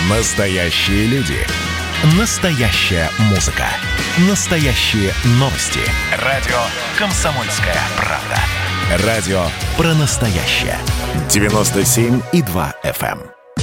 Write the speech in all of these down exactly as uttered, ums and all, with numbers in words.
Настоящие люди. Настоящая музыка. Настоящие новости. Радио «Комсомольская правда». Радио про настоящее. девяносто семь и два эф эм.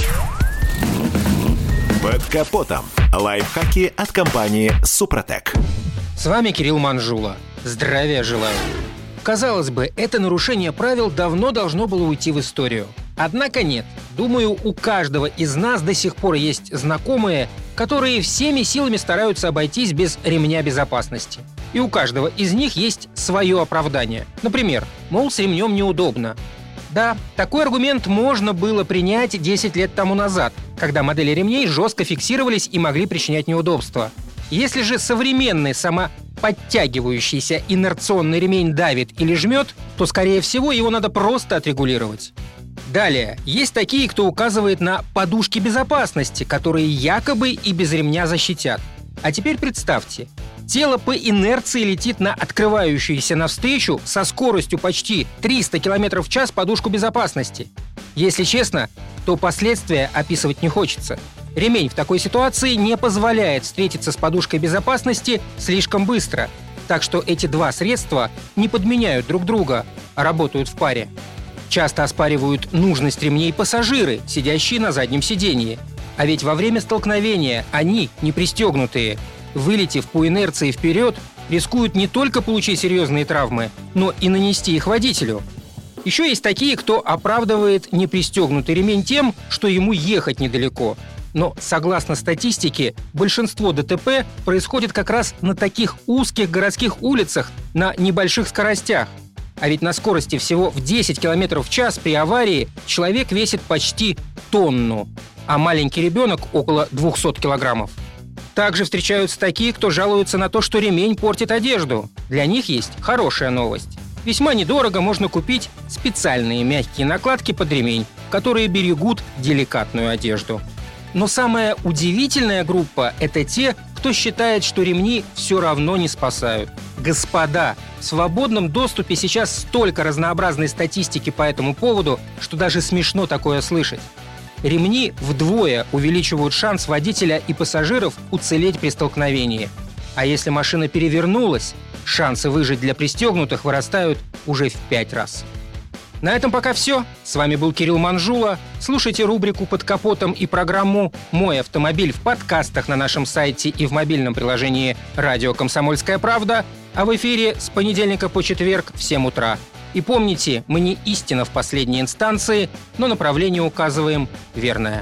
Под капотом. Лайфхаки от компании «Супротек». С вами Кирилл Манжула. Здравия желаю. Казалось бы, это нарушение правил давно должно было уйти в историю. Однако нет. Думаю, у каждого из нас до сих пор есть знакомые, которые всеми силами стараются обойтись без ремня безопасности. И у каждого из них есть свое оправдание. Например, мол, с ремнем неудобно. Да, такой аргумент можно было принять десять лет тому назад, когда модели ремней жестко фиксировались и могли причинять неудобства. Если же современный самоподтягивающийся инерционный ремень давит или жмет, то, скорее всего, его надо просто отрегулировать. Далее, есть такие, кто указывает на подушки безопасности, которые якобы и без ремня защитят. А теперь представьте, тело по инерции летит на открывающуюся навстречу со скоростью почти триста километров в час подушку безопасности. Если честно, то последствия описывать не хочется. Ремень в такой ситуации не позволяет встретиться с подушкой безопасности слишком быстро. Так что эти два средства не подменяют друг друга, а работают в паре. Часто оспаривают нужность ремней пассажиры, сидящие на заднем сидении. А ведь во время столкновения они, не пристегнутые, вылетев по инерции вперед, рискуют не только получить серьезные травмы, но и нанести их водителю. Еще есть такие, кто оправдывает непристегнутый ремень тем, что ему ехать недалеко. Но, согласно статистике, большинство ДТП происходит как раз на таких узких городских улицах на небольших скоростях. А ведь на скорости всего в десять километров в час при аварии человек весит почти тонну, а маленький ребенок около двести килограммов. Также встречаются такие, кто жалуется на то, что ремень портит одежду. Для них есть хорошая новость. Весьма недорого можно купить специальные мягкие накладки под ремень, которые берегут деликатную одежду. Но самая удивительная группа – это те, кто считает, что ремни все равно не спасают. Господа, в свободном доступе сейчас столько разнообразной статистики по этому поводу, что даже смешно такое слышать. Ремни вдвое увеличивают шанс водителя и пассажиров уцелеть при столкновении. А если машина перевернулась, шансы выжить для пристегнутых вырастают уже в пять раз. На этом пока все. С вами был Кирилл Манжула. Слушайте рубрику «Под капотом» и программу «Мой автомобиль» в подкастах на нашем сайте и в мобильном приложении «Радио Комсомольская правда», а в эфире с понедельника по четверг в семь утра. И помните, мы не истина в последней инстанции, но направление указываем верное.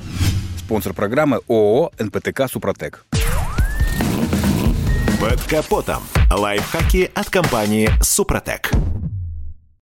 Спонсор программы ООО эн пэ тэ ка «Супротек». Под капотом. Лайфхаки от компании «Супротек».